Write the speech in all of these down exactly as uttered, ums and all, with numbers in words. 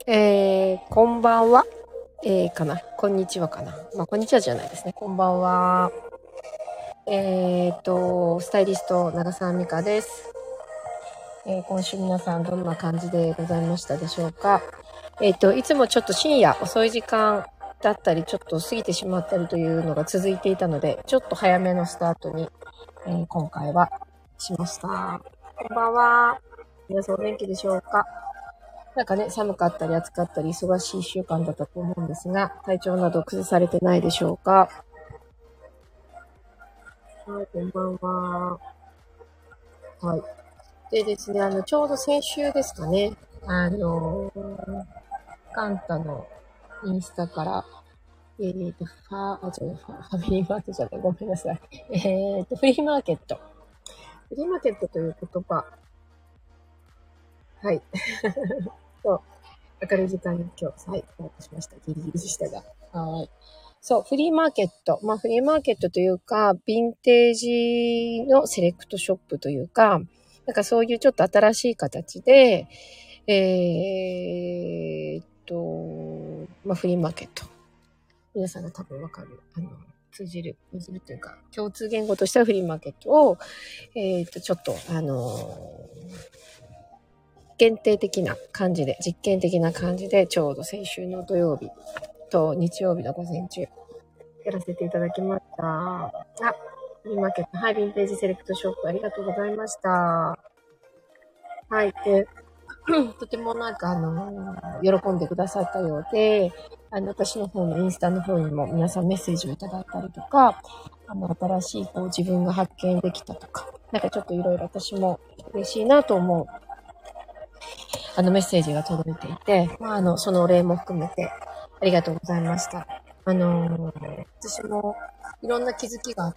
えー、こんばんは。えー、かな。こんにちはかな。まあ、こんにちはじゃないですね。こんばんは。えーと、スタイリスト、長澤美香です。えー、今週皆さんどんな感じでございましたでしょうか。えーと、いつもちょっと深夜遅い時間だったり、ちょっと過ぎてしまったりというのが続いていたので、ちょっと早めのスタートに、えー、今回はしました。こんばんは。皆さんお元気でしょうか。なんかね、寒かったり暑かったり忙しい一週間だったと思うんですが、体調など崩されてないでしょうか。はい、こんばんは。はい。でですね、あの、ちょうど先週ですかね、あのー、カンタのインスタから、えーと、ファー、あ、違う、ファファミリーマートじゃない、ごめんなさい。えーと、フリーマーケット。フリーマーケットという言葉。はい。そう。明るい時間に今日、はい、お願いしました。ギリギリでしたが。はい。そう、フリーマーケット。まあ、フリーマーケットというか、ヴィンテージのセレクトショップというか、なんかそういうちょっと新しい形で、えーっと、まあ、フリーマーケット。皆さんが多分わかる。あの、通じる、通じるというか、共通言語としてはフリーマーケットを、えーっと、ちょっと、あの限定的な感じで、実験的な感じで、ちょうど先週の土曜日と日曜日の午前中、やらせていただきました。あ、フリーマーケット、はい、ヴィンテージセレクトショップ、ありがとうございました。はい、で、とてもなんかあの、喜んでくださったようで、あの、私の方のインスタの方にも皆さんメッセージをいただいたりとか、あの、新しいこう自分が発見できたとか、なんかちょっといろいろ私も嬉しいなと思う、あのメッセージが届いていて、まあ、あの、そのお礼も含めてありがとうございました。あのー、私もいろんな気づきがあって、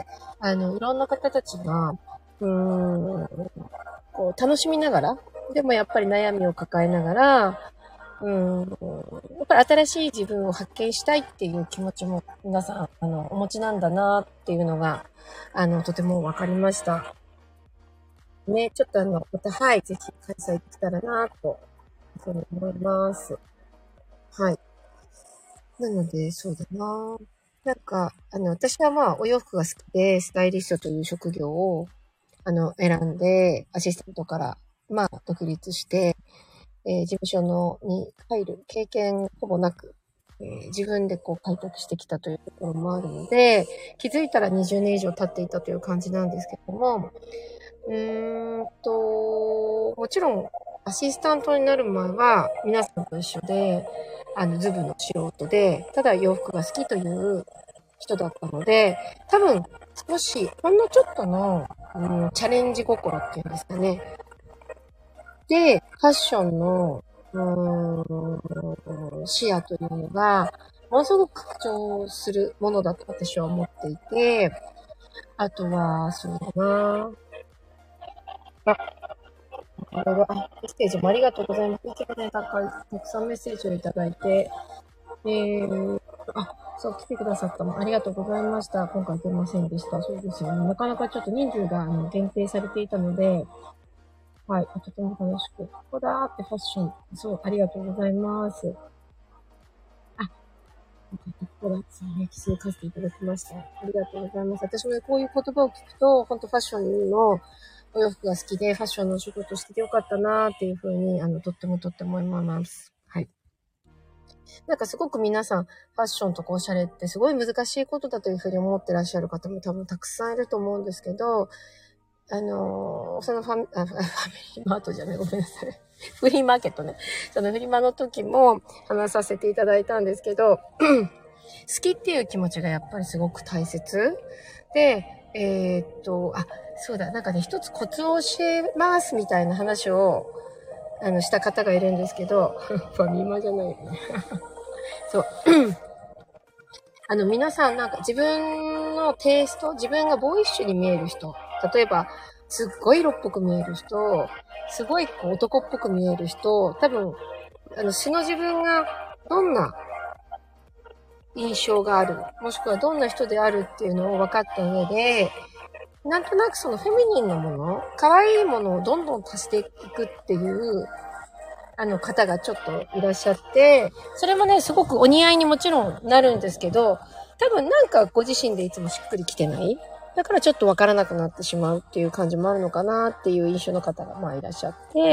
あの、いろんな方たちが、うーん、こう、楽しみながら、でもやっぱり悩みを抱えながら、うん、やっぱり新しい自分を発見したいっていう気持ちも皆さん、あの、お持ちなんだなっていうのが、あの、とてもわかりました。ね、ちょっとあの、また、はい、ぜひ開催できたらなと、そうに思います。はい。なので、そうだな。なんか、あの、私はまあ、お洋服が好きで、スタイリストという職業を、あの、選んで、アシスタントから、まあ、独立して、えー事務所の、に入る経験ほぼなく、えー自分でこう開拓してきたというところもあるので、気づいたらにじゅうねん以上経っていたという感じなんですけども、うーんと、もちろん、アシスタントになる前は、皆さんと一緒で、あの、ズブの素人で、ただ洋服が好きという人だったので、多分、少し、ほんのちょっとの、うん、チャレンジ心っていうんですかね。で、ファッションの、うーん、視野というのが、ものすごく拡張するものだと私は思っていて、あとは、そうだな。あ、あれは、あ、メッセージもありがとうございます。いつもね、たかたくさんメッセージをいただいて、えー、あ、そう、来てくださったのありがとうございました。今回出ませんでした。そうですよね。なかなかちょっと人数があの限定されていたので、はい、とても楽しく。ここだーってファッション。そう、ありがとうございます。あ、ここだ。そうね、気づかせていただきました。ありがとうございます。私もね、こういう言葉を聞くと、本当ファッションのお洋服が好きで、ファッションのお仕事しててよかったなーっていうふうに、あの、とってもとっても思います。はい。なんかすごく皆さん、ファッションとかおしゃれってすごい難しいことだというふうに思ってらっしゃる方も多分たくさんいると思うんですけど、あのーそのファミ、あ、ファミリーマートじゃない、ごめんなさい。フリーマーケットね。そのフリマの時も話させていただいたんですけど、好きっていう気持ちがやっぱりすごく大切。で、えーっと、あ、そうだ、なんかね、一つコツを教えますみたいな話を、あの、した方がいるんですけど、ファミマじゃないよね。そう。あの、皆さんなんか自分のテイスト、自分がボーイッシュに見える人、例えば、すっごい色っぽく見える人、すごいこう男っぽく見える人、多分、あの、素の自分がどんな印象がある、もしくはどんな人であるっていうのを分かった上で、なんとなくそのフェミニンなもの、可愛いものをどんどん足していくっていうあの方がちょっといらっしゃって、それもね、すごくお似合いにもちろんなるんですけど、多分なんかご自身でいつもしっくりきてない。だからちょっとわからなくなってしまうっていう感じもあるのかなっていう印象の方がまあいらっしゃって、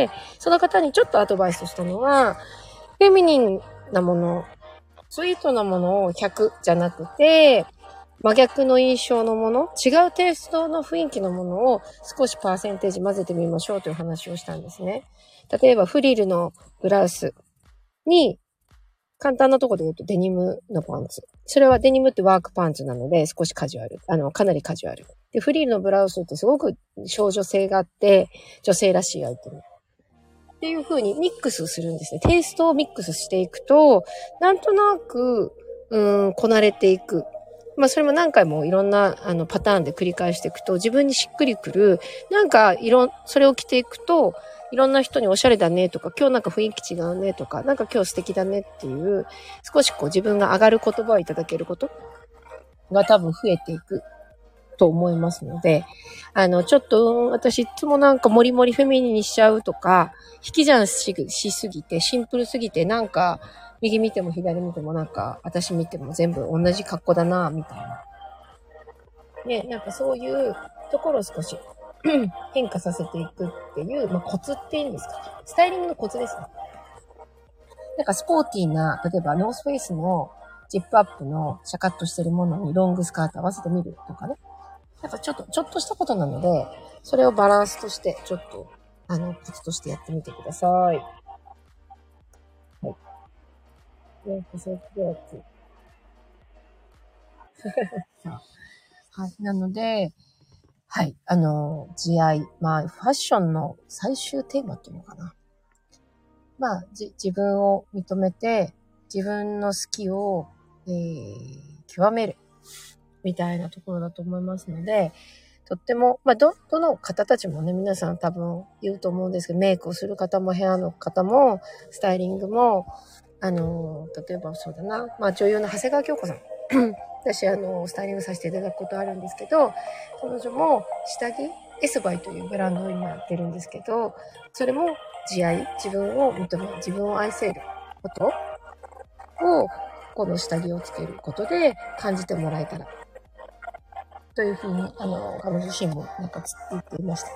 その方にちょっとアドバイスしたのは、フェミニンなもの、スイートなものをひゃくじゃなくて、真逆の印象のもの、違うテイストの雰囲気のものを少しパーセンテージ混ぜてみましょうという話をしたんですね。例えばフリルのブラウスに、簡単なところで言うとデニムのパンツ。それはデニムってワークパンツなので少しカジュアル。あの、かなりカジュアル。で、フリルのブラウスってすごく少女性があって、女性らしいアイテム。っていう風にミックスするんですね。テイストをミックスしていくと、なんとなく、うーん、こなれていく。まあそれも何回もいろんなあのパターンで繰り返していくと自分にしっくりくる。なんかいろん、それを着ていくといろんな人におしゃれだねとか今日なんか雰囲気違うねとかなんか今日素敵だねっていう少しこう自分が上がる言葉をいただけることが多分増えていくと思いますので、あのちょっと私いつもなんかモリモリフェミニンにしちゃうとか引き算しすぎてシンプルすぎてなんか右見ても左見てもなんか、私見ても全部同じ格好だな、みたいな。ね、なんかそういうところを少し変化させていくっていう、まあ、コツっていうんですか。スタイリングのコツですね。なんかスポーティーな、例えばノースフェイスのジップアップのシャカッとしてるものにロングスカート合わせてみるとかね。やっぱちょっと、ちょっとしたことなので、それをバランスとして、ちょっと、あの、コツとしてやってみてください。はい。ね、そういうやつ。はい。なので、はい。あの、慈愛。まあ、ファッションの最終テーマっていうのかな。まあ、じ、自分を認めて、自分の好きを、えー、極める。みたいなところだと思いますので、とっても、まあ、ど、どの方たちもね、皆さん多分言うと思うんですけど、メイクをする方もヘアの方も、スタイリングも、あの、例えばそうだな、まあ、女優の長谷川京子さん。私、あの、スタイリングさせていただくことあるんですけど、彼女も下着、エスバイというブランドを今やってるんですけど、それも慈愛、自分を認め、自分を愛せることを、この下着をつけることで感じてもらえたら、というふうに、あの、彼女自身もなんかつって言っていました。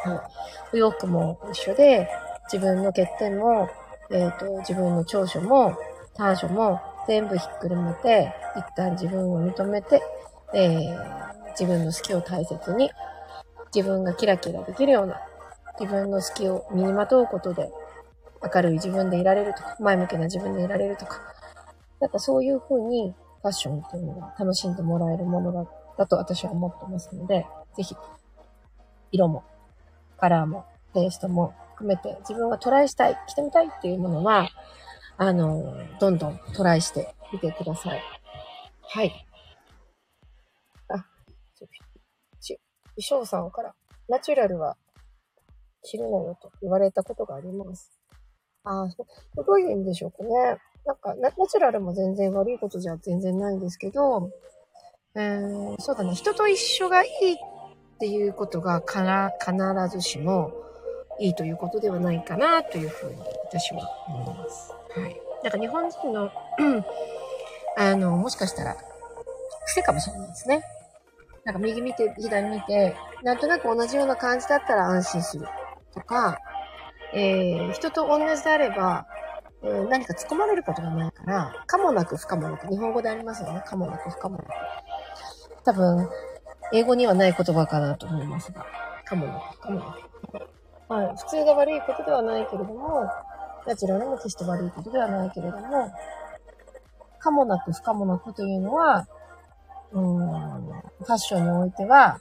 はい。お洋服も一緒で、自分の欠点も、えっと、自分の長所も、短所も全部ひっくるめて、一旦自分を認めて、えー、自分の好きを大切に、自分がキラキラできるような、自分の好きを身にまとうことで、明るい自分でいられるとか、前向きな自分でいられるとか、なんかそういうふうにファッションというのは楽しんでもらえるものだ、だと私は思ってますので、ぜひ、色も、カラーも、テイストも含めて自分がトライしたい、着てみたいっていうものは、あの、どんどんトライしてみてください。はい。あ、ち、衣装さんから、ナチュラルは着るのよと言われたことがあります。ああ、そ、どういう意味でしょうかね。なんかナ、ナチュラルも全然悪いことじゃ全然ないんですけど、えー、そうだね。人と一緒がいいっていうことがから必ずしもいいということではないかなというふうに私は思います。はい。なんか日本人の、あの、もしかしたら癖かもしれないですね。なんか右見て、左見て、なんとなく同じような感じだったら安心するとか、えー、人と同じであれば、えー、何か突っ込まれることがないから、可もなく不可もなく、日本語でありますよね。可もなく不可もなく。多分、英語にはない言葉かなと思いますが、可もなく不可もなく。はい。普通が悪いことではないけれども、ナチュラルも決して悪いことではないけれども、可もなく不可もなくというのは、うーん、ファッションにおいては、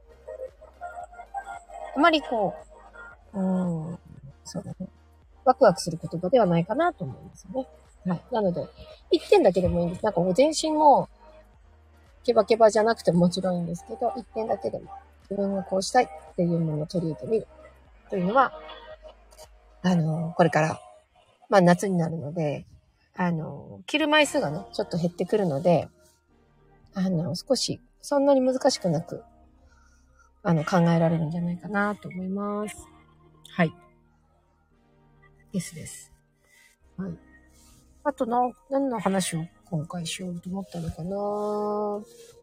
あまりこう、うーん、そうだね。ワクワクする言葉ではないかなと思いますよね。はい。なので、一点だけでもいいんです。なんかもう全身も、ケバケバじゃなくてももちろんいいんですけど、一点だけでも、自分がこうしたいっていうものを取り入れてみる。というのは、あの、これから、まあ夏になるので、あの、着る枚数がね、ちょっと減ってくるので、あの、少し、そんなに難しくなく、あの、考えられるんじゃないかなと思います。はい。 ですです。はい。あとな、何の話を今回しようと思ったのかな。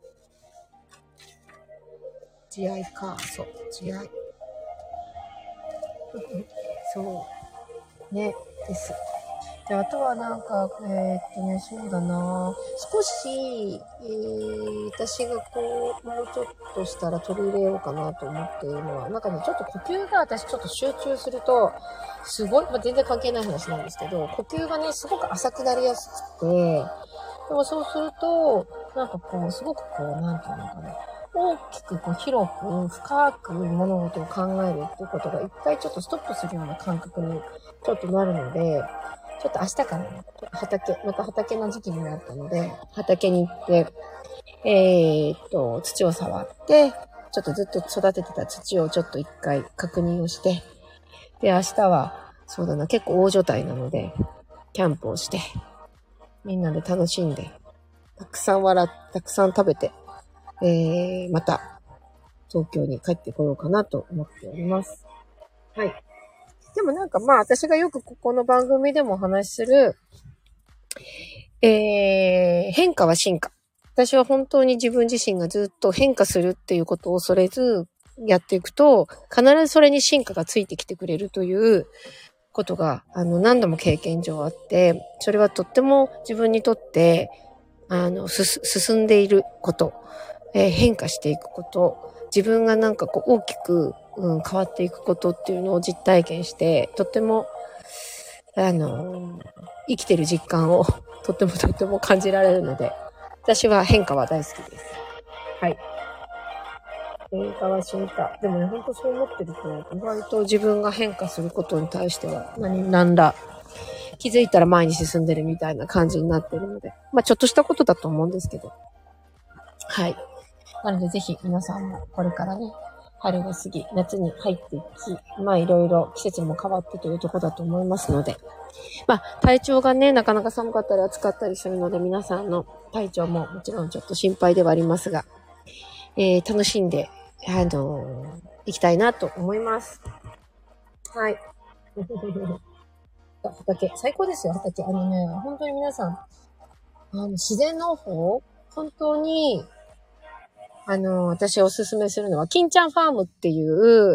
慈愛か。そう、慈愛。そう。ね、です。で、あとはなんか、えー、っとね、そうだな。少し、えー、私がこう、もうちょっとしたら取り入れようかなと思っているのは、なんかね、ちょっと呼吸が私ちょっと集中すると、すごい、まあ、全然関係ない話なんですけど、呼吸がね、すごく浅くなりやすくて、でもそうすると、なんかこう、すごくこう、なんていうのかな。大きくこう広く深く物事を考えるっていうことが一回ちょっとストップするような感覚にちょっとなるので、ちょっと明日からね、畑、また畑の時期になったので、畑に行って、えー、っと、土を触って、ちょっとずっと育ててた土をちょっと一回確認をして、で、明日は、そうだな、結構大所帯なので、キャンプをして、みんなで楽しんで、たくさん笑って、たくさん食べて、えー、また、東京に帰ってこようかなと思っております。はい。でもなんかまあ、私がよくここの番組でもお話しする、えー、変化は進化。私は本当に自分自身がずっと変化するっていうことを恐れずやっていくと、必ずそれに進化がついてきてくれるということが、あの、何度も経験上あって、それはとっても自分にとって、あの、すす進んでいること、えー、変化していくこと、自分がなんかこう大きく、うん、変わっていくことっていうのを実体験して、とっても、あの、生きてる実感をとってもとっても感じられるので、私は変化は大好きです。はい。変化は進化。でもね、ほんとそう思ってると、意外と自分が変化することに対しては、何、なんだ、気づいたら前に進んでるみたいな感じになってるので、まあちょっとしたことだと思うんですけど。はい。なのでぜひ皆さんもこれからね、春が過ぎ、夏に入っていき、まあいろいろ季節も変わってというところだと思いますので、まあ体調がね、なかなか寒かったり暑かったりするので、皆さんの体調ももちろんちょっと心配ではありますが、えー、楽しんで、あのー、いきたいなと思います。はい。畑、最高ですよ、畑。あのね、本当に皆さん、あの自然農法、本当に、あの、私おすすめするのは、金ちゃんファームっていう、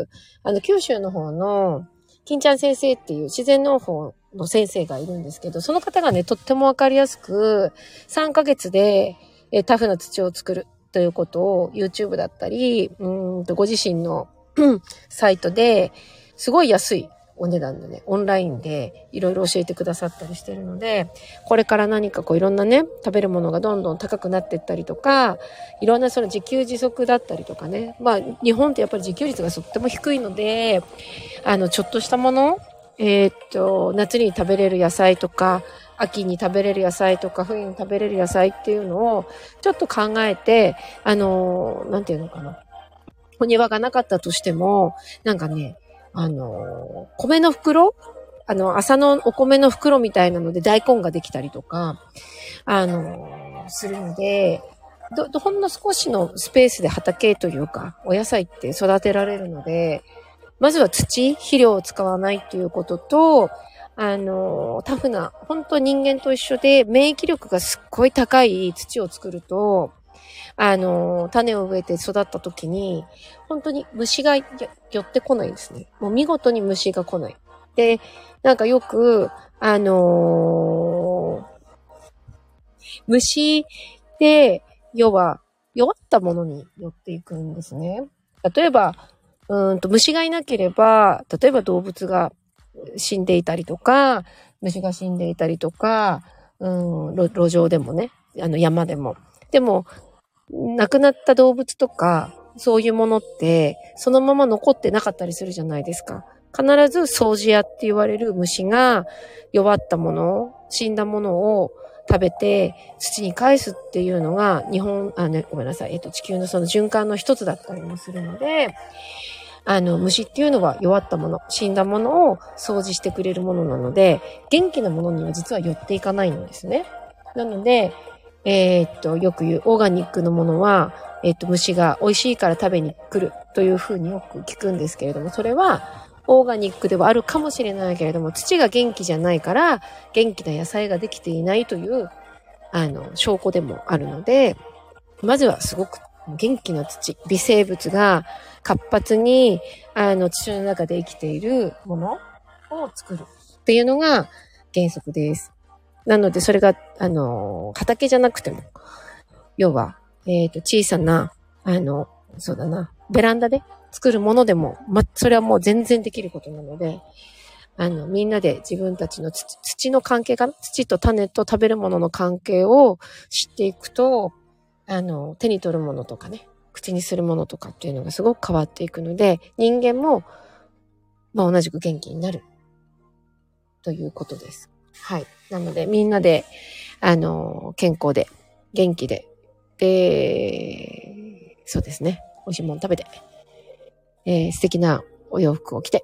あの、九州の方の、金ちゃん先生っていう自然農法の先生がいるんですけど、その方がね、とってもわかりやすく、さんかげつで、えタフな土を作るということを YouTube だったり、うーんとご自身のサイトですごい安いお値段でね、オンラインでいろいろ教えてくださったりしてるので、これから何かこういろんなね、食べるものがどんどん高くなっていったりとか、いろんなその自給自足だったりとかね、まあ日本ってやっぱり自給率がとっても低いので、あの、ちょっとしたもの、えー、っと、夏に食べれる野菜とか、秋に食べれる野菜とか、冬に食べれる野菜っていうのをちょっと考えて、あの、なんていうのかな。お庭がなかったとしても、なんかね、あの、米の袋あの、朝のお米の袋みたいなので大根ができたりとか、あの、するので、ど、どほんの少しのスペースで畑というか、お野菜って育てられるので、まずは土、肥料を使わないっていうことと、あの、タフな、本当人間と一緒で免疫力がすっごい高い土を作ると、あの、種を植えて育った時に、本当に虫が寄ってこないんですね。もう見事に虫が来ない。で、なんかよく、あのー、虫で、要は、弱ったものに寄っていくんですね。例えば、うーんと虫がいなければ、例えば動物が死んでいたりとか、虫が死んでいたりとか、うん、路、路上でもね、あの山でも。でも、亡くなった動物とか、そういうものって、そのまま残ってなかったりするじゃないですか。必ず掃除屋って言われる虫が弱ったもの、死んだものを食べて土に返すっていうのが日本、あ、ね、ごめんなさい、えっと、地球のその循環の一つだったりもするので、あの、虫っていうのは弱ったもの、死んだものを掃除してくれるものなので、元気なものには実は寄っていかないんですね。なので、えー、っと、よく言うオーガニックのものは、えー、っと、虫が美味しいから食べに来るというふうによく聞くんですけれども、それはオーガニックではあるかもしれないけれども、土が元気じゃないから、元気な野菜ができていないという、あの、証拠でもあるので、まずはすごく元気な土、微生物が活発に、あの、土の中で生きているものを作るっていうのが原則です。なので、それが、あの、畑じゃなくても、要は、えっと、小さな、あの、そうだな、ベランダで作るものでも、ま、それはもう全然できることなので、あの、みんなで自分たちの土、土の関係かな、土と種と食べるものの関係を知っていくと、あの、手に取るものとかね、口にするものとかっていうのがすごく変わっていくので、人間も、まあ同じく元気になるということです。はい。なので、みんなで、あの、健康で、元気で、で、そうですね。美味しいもの食べて、えー、素敵なお洋服を着て、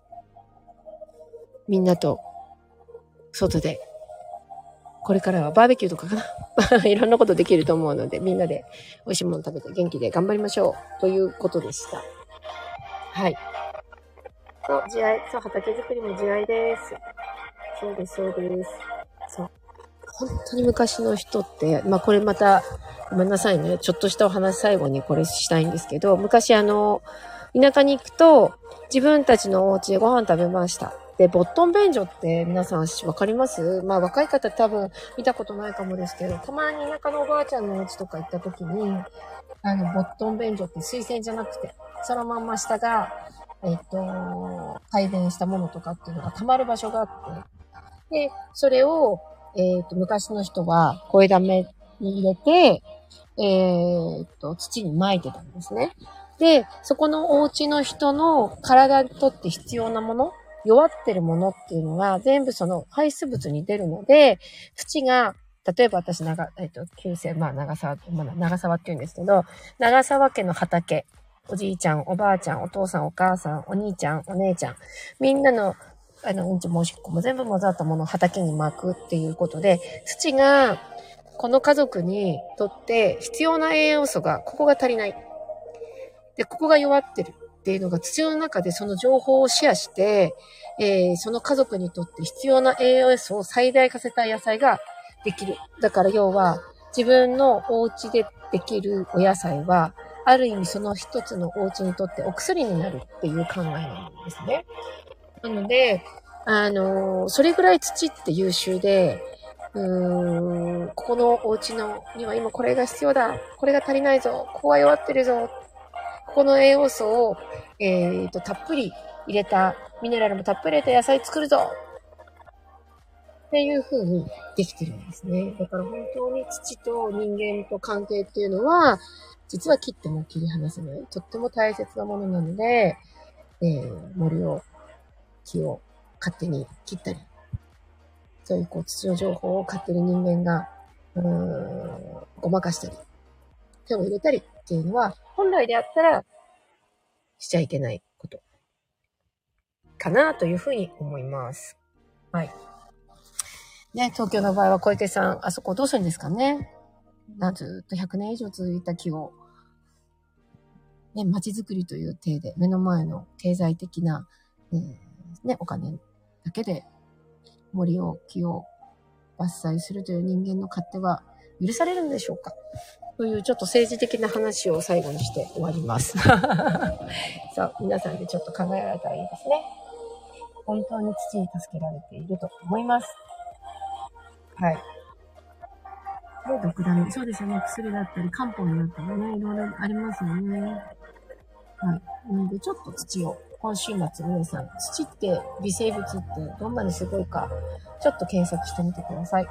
みんなと、外で、これからはバーベキューとかかな。いろんなことできると思うので、みんなで美味しいもの食べて元気で頑張りましょう。ということでした。はい。そう、地合い。そう、畑作りも地合いです。そうです、そうです。そう。本当に昔の人って、まあこれまた、ごめんなさいね。ちょっとしたお話最後にこれしたいんですけど、昔あの、田舎に行くと、自分たちのお家でご飯食べました。で、ボットン便所って皆さんわかります？まあ若い方多分見たことないかもですけど、たまに田舎のおばあちゃんのお家とか行った時に、あの、ボットン便所って水洗じゃなくて、そのまんま下が、えっと、配電したものとかっていうのが溜まる場所があって、で、それを、えっと、昔の人は声だめに入れて、えっと、土に撒いてたんですね。で、そこのお家の人の体にとって必要なもの、弱ってるものっていうのが全部その排出物に出るので、土が、例えば私、長、えっと、旧姓、まあ、長沢、まあ、長沢って言うんですけど、長沢家の畑、おじいちゃん、おばあちゃん、お父さん、お母さん、お兄ちゃん、お姉ちゃん、みんなの、あの、うんちもおしっこも全部混ざったものを畑に巻くっていうことで、土が、この家族にとって必要な栄養素が、ここが足りない。で、ここが弱ってるっていうのが土の中でその情報をシェアして、えー、その家族にとって必要な栄養素を最大化させた野菜ができる。だから要は、自分のお家でできるお野菜は、ある意味その一つのお家にとってお薬になるっていう考えなんですね。なので、あのー、それぐらい土って優秀で、うーん、ここのお家のには今これが必要だ。これが足りないぞ。ここは弱ってるぞ。ここの栄養素を、えーと、たっぷり入れた、ミネラルもたっぷり入れた野菜作るぞっていう風にできてるんですね。だから本当に土と人間と関係っていうのは、実は切っても切り離せない。とっても大切なものなので、えー、森を、木を勝手に切ったり、そういうこう土の情報を勝手に人間が、うーん、ごまかしたり、手を入れたりっていうのは、本来であったら、しちゃいけないことかなというふうに思います。はい。ね、東京の場合は小池さん、あそこどうするんですかね。ずっとひゃくねん以上続いた木を、ね、街づくりという体で、目の前の経済的な、えー、ね、お金だけで森を、木を伐採するという人間の勝手は許されるんでしょうかというちょっと政治的な話を最後にして終わります。そう、皆さんでちょっと考えられたらいいですね。本当に土に助けられていると思います。はい。で、毒ダミ。そうですよね。薬だったり、漢方になったりね、いろいろありますよね。はい。なので、ちょっと土を、今週末皆さん、土って微生物ってどんなにすごいか、ちょっと検索してみてください。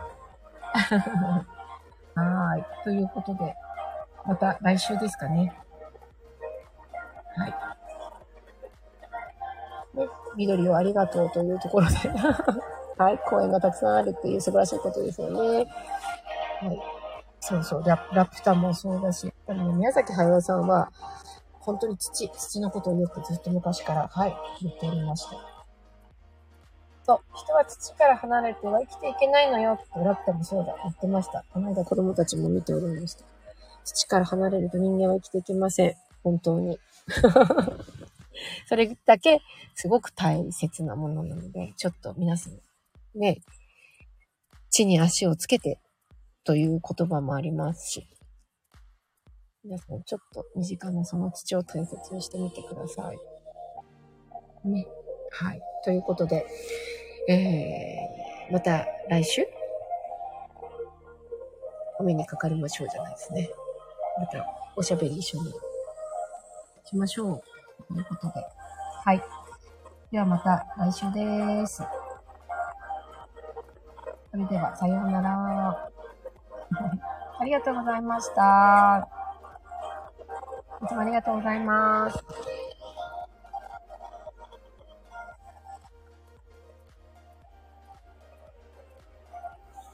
はい。ということで、また来週ですかね。はい。ね、緑をありがとうというところで、はい。公園がたくさんあるっていう素晴らしいことですよね。はい。そうそう。ラ, ラプタもそうだし、やっぱりね、宮崎駿さんは、本当に土、土のことをよくずっと昔から、はい、言っておりました。そう、人は土から離れては生きていけないのよってラプタもそうだ、言ってました。この間子供たちも見ておりました。土から離れると人間は生きていけません。本当に。 それだけすごく大切なものなので、ちょっと皆さんね、地に足をつけてという言葉もありますし、皆さんちょっと身近なその土を大切にしてみてください。ね。はい。ということで、えー、また来週お目にかかりましょうじゃないですね。またおしゃべり一緒にしましょう。ということで。はい。ではまた来週です。それではさようなら。ありがとうございました。いつもありがとうございます。